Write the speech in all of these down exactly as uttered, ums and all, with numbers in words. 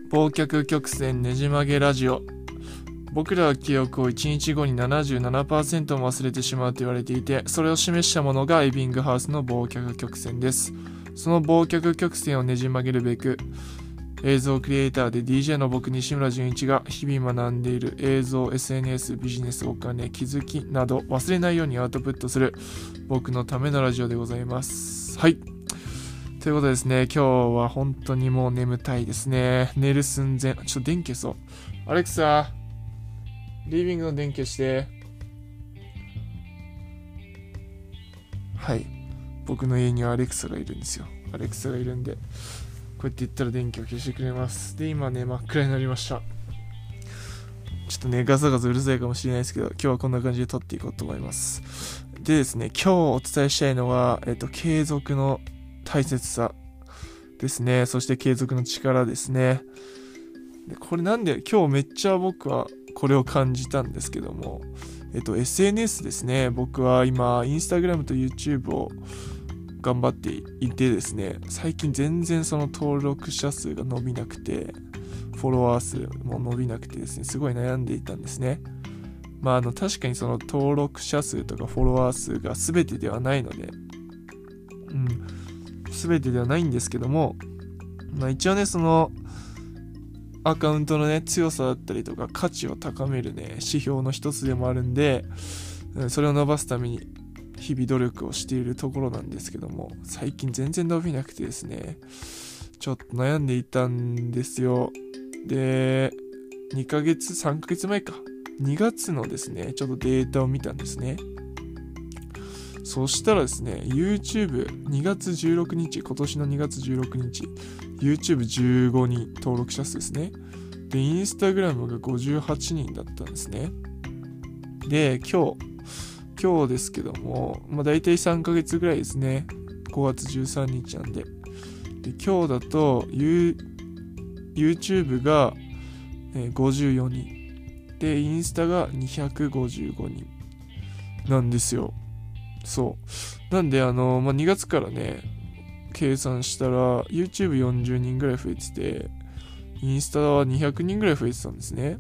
忘却曲線ねじ曲げラジオ。僕らは記憶をいちにちごに ななじゅうななパーセント も忘れてしまうと言われていて、それを示したものがエビングハウスの忘却曲線です。その忘却曲線をねじ曲げるべく、映像クリエイターで ディージェー の僕西村淳一が日々学んでいる映像、エスエヌエス、ビジネス、お金、気づきなど忘れないようにアウトプットする僕のためのラジオでございます。はい。ということでですね、今日は本当にもう眠たいですね。寝る寸前。ちょっと電気消そう。アレクサ、リビングの電気消して。はい。僕の家にはアレクサがいるんですよ。アレクサがいるんで、こうやって言ったら電気を消してくれます。で、今ね、真っ暗になりました。ちょっとね、ガサガサうるさいかもしれないですけど、今日はこんな感じで撮っていこうと思います。でですね、今日お伝えしたいのは、えっと、継続の大切さですね。そして継続の力ですね。でこれなんで今日めっちゃ僕はこれを感じたんですけども、えっと エスエヌエス ですね。僕は今インスタグラムと YouTube を頑張っていてですね、最近全然その登録者数が伸びなくて、フォロワー数も伸びなくてですね、すごい悩んでいたんですね。まああの確かにその登録者数とかフォロワー数が全てではないので、うん全てではないんですけども、まあ、一応ねそのアカウントのね強さだったりとか価値を高めるね指標の一つでもあるんで、それを伸ばすために日々努力をしているところなんですけども、最近全然伸びなくてですね、ちょっと悩んでいたんですよ。でにかげつさんかげつまえかにがつのですねちょっとデータを見たんですね。そしたらですね、YouTube にがつじゅうろくにち、今年のにがつじゅうろくにち、YouTube じゅうごにん登録者数ですね。で、Instagram がごじゅうはちにんだったんですね。で、今日、今日ですけども、まあ大体さんかげつぐらいですね。ごがつじゅうさんにちなんで。で、今日だと、You、YouTube がごじゅうよにん。で、インスタがにひゃくごじゅうごにんなんですよ。そうなんであの、まあ、にがつからね計算したら YouTubeよんじゅうにんぐらい増えてて、インスタはにひゃくにんぐらい増えてたんですね。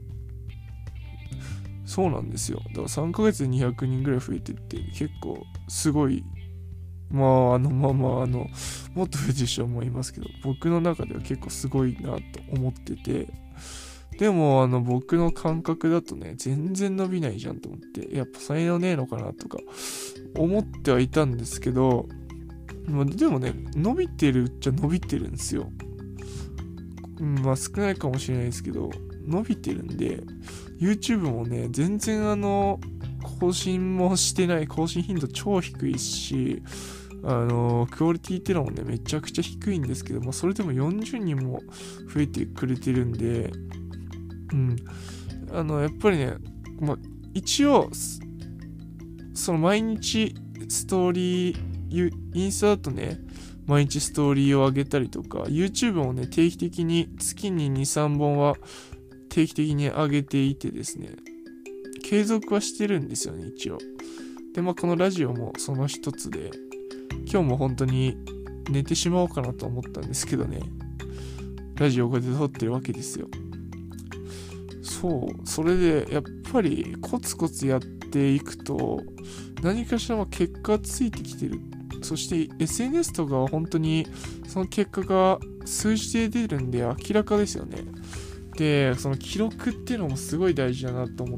そうなんですよ。だからさんかげつでにひゃくにんぐらい増えてって結構すごい、まああのまあまああのもっと増えてる人は思いますけど、僕の中では結構すごいなと思ってて、でもあの僕の感覚だとね全然伸びないじゃんと思って、やっぱ才能ねえのかなとか思ってはいたんですけど、でもね伸びてるっちゃ伸びてるんですよ。まあ少ないかもしれないですけど伸びてるんで、 YouTube もね全然あの更新もしてない、更新頻度超低いし、あのクオリティってのもねめちゃくちゃ低いんですけども、それでもよんじゅうにんも増えてくれてるんで、うん、あのやっぱりね、まあ、一応その毎日ストーリー、インスタだとね毎日ストーリーを上げたりとか、 YouTube もね定期的に月に にさんぼんは定期的に上げていてですね、継続はしてるんですよね一応。でまあこのラジオもその一つで、今日も本当に寝てしまおうかなと思ったんですけどね、ラジオをこうやって撮ってるわけですよ。そう、それでやっぱりコツコツやっていくと何かしら結果がついてきてる。そして エスエヌエス とかは本当にその結果が数字で出るんで明らかですよね。でその記録っていうのもすごい大事だなと思って、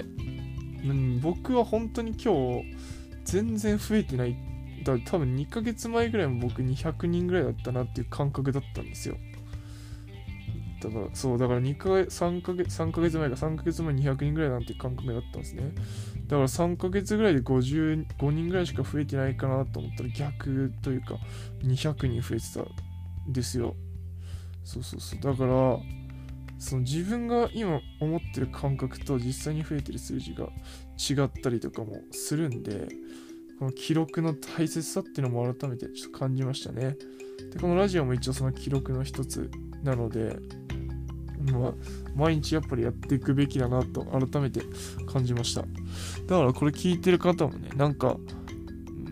うん、僕は本当に今日全然増えてない。だから多分にかげつまえぐらいも僕にひゃくにんぐらいだったなっていう感覚だったんですよ。だからそうだからにかげつさんかげつさんかげつまえかさんかげつまえにひゃくにんぐらいなんて感覚だったんですね。だからさんかげつぐらいでごじゅうごにんぐらいしか増えてないかなと思ったら逆というかにひゃくにん増えてたんですよ。そうそうそう、だからその自分が今思ってる感覚と実際に増えてる数字が違ったりとかもするんで、この記録の大切さっていうのも改めてちょっと感じましたね。でこのラジオも一応その記録の一つなので、まあ、毎日やっぱりやっていくべきだなと改めて感じました。だからこれ聞いてる方もね、なんか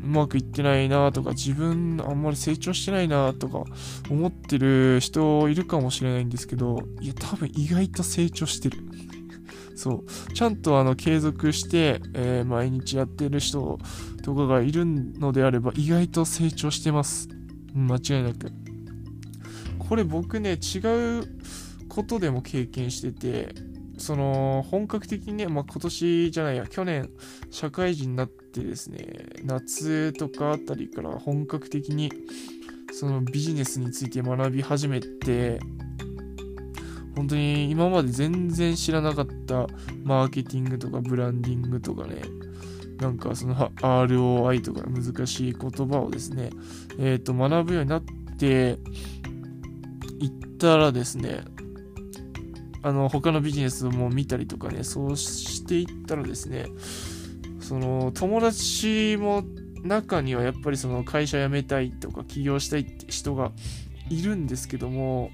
うまくいってないなとか、自分あんまり成長してないなとか思ってる人いるかもしれないんですけど、いや多分意外と成長してるそうちゃんとあの継続して、えー、毎日やってる人とかがいるのであれば意外と成長してます。間違いなく。これ僕ね、違うことでも経験してて、その本格的にね、まあ、今年じゃないや去年社会人になってですね、夏とかあたりから本格的にそのビジネスについて学び始めて、本当に今まで全然知らなかったマーケティングとかブランディングとかね、なんかその アールオーアイ とか難しい言葉をですね、えっと学ぶようになっていったらですね、あの他のビジネスも見たりとかね、そうしていったらですね、その友達も中にはやっぱりその会社辞めたいとか起業したいって人がいるんですけども、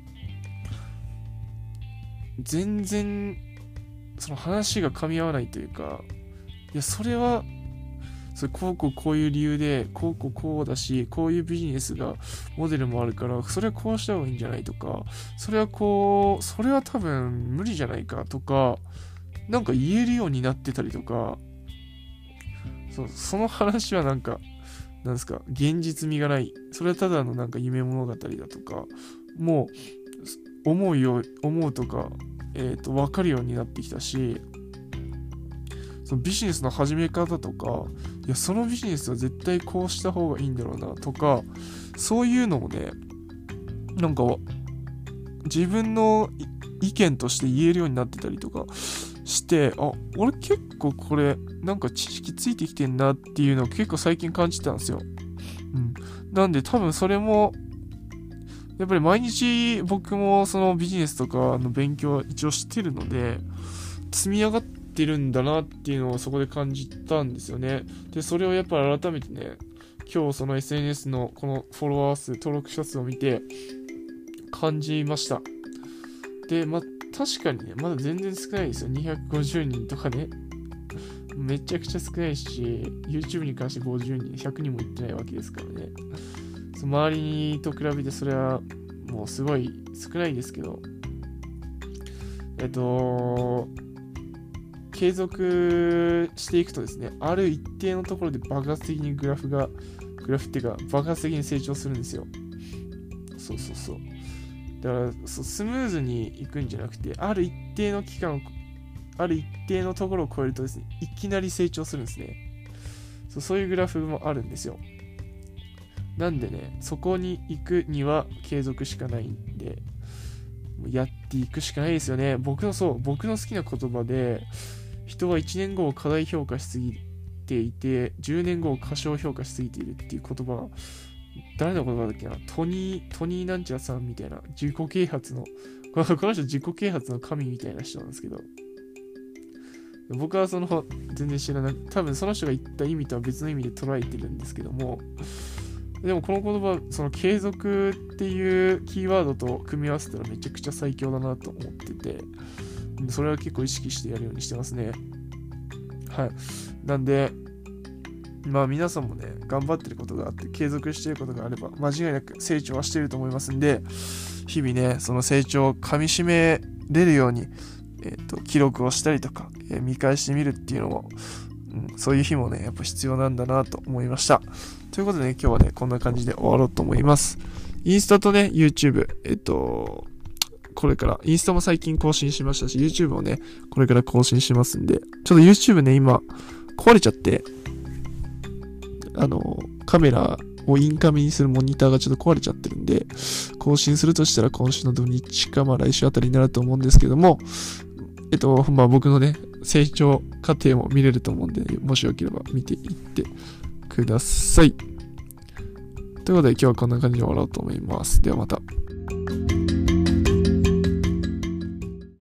全然その話が噛み合わないというか、いやそれはそれこうこうこういう理由でこうこうこうだし、こういうビジネスがモデルもあるからそれはこうした方がいいんじゃないとか、それはこうそれは多分無理じゃないかとか、なんか言えるようになってたりとか、そ, その話はなんかなんですか、現実味がない、それはただのなんか夢物語だとか、もう思うよ思うとか、えーと分かるようになってきたし、そのビジネスの始め方とか、いやそのビジネスは絶対こうした方がいいんだろうなとか、そういうのをね、なんか自分の意見として言えるようになってたりとかして、あ、俺結構これなんか知識ついてきてんなっていうのを結構最近感じてたんですよ。うん。なんで多分それもやっぱり毎日僕もそのビジネスとかの勉強は一応してるので、積み上がってるんだなっていうのをそこで感じたんですよね。で、それをやっぱり改めてね、今日その エスエヌエス のこのフォロワー数、登録者数を見て感じました。で、まあ確かにね、まだ全然少ないですよ。にひゃくごじゅうにんとかね。めちゃくちゃ少ないし、YouTube に関してごじゅうにん、ひゃくにんもいってないわけですからね。周りと比べてそれはもうすごい少ないですけど、えっと継続していくとですね、ある一定のところで爆発的にグラフがグラフっていうか爆発的に成長するんですよ。そうそうそう。だからそうスムーズにいくんじゃなくて、ある一定の期間、ある一定のところを超えるとですね、いきなり成長するんですね。そう、そういうグラフもあるんですよ。なんでね、そこに行くには継続しかないんで、やっていくしかないですよね。僕のそう、僕の好きな言葉で、人はいちねんごを過大評価しすぎていて、じゅうねんごを過小評価しすぎているっていう言葉、誰の言葉だっけな、トニー、トニーなんちゃらさんみたいな、自己啓発の、この、この人自己啓発の神みたいな人なんですけど、僕はその、全然知らない、多分その人が言った意味とは別の意味で捉えてるんですけども、でもこの言葉、その継続っていうキーワードと組み合わせたらめちゃくちゃ最強だなと思ってて、それは結構意識してやるようにしてますね。はい。なんで、まあ皆さんもね、頑張ってることがあって継続していることがあれば間違いなく成長はしていると思いますんで、日々ね、その成長をかみしめれるように、えーと、記録をしたりとか、えー、見返してみるっていうのも、うん、そういう日もね、やっぱ必要なんだなと思いました。ということでね、今日はね、こんな感じで終わろうと思います。インスタとね、YouTube、えっと、これから、インスタも最近更新しましたし、YouTube もね、これから更新しますんで、ちょっと YouTube ね、今、壊れちゃって、あの、カメラをインカメにするモニターがちょっと壊れちゃってるんで、更新するとしたら今週の土日か、まあ来週あたりになると思うんですけども、えっと、まあ僕のね、成長過程も見れると思うんで、もしよければ見ていってください。ということで今日はこんな感じで終わろうと思います。ではまた。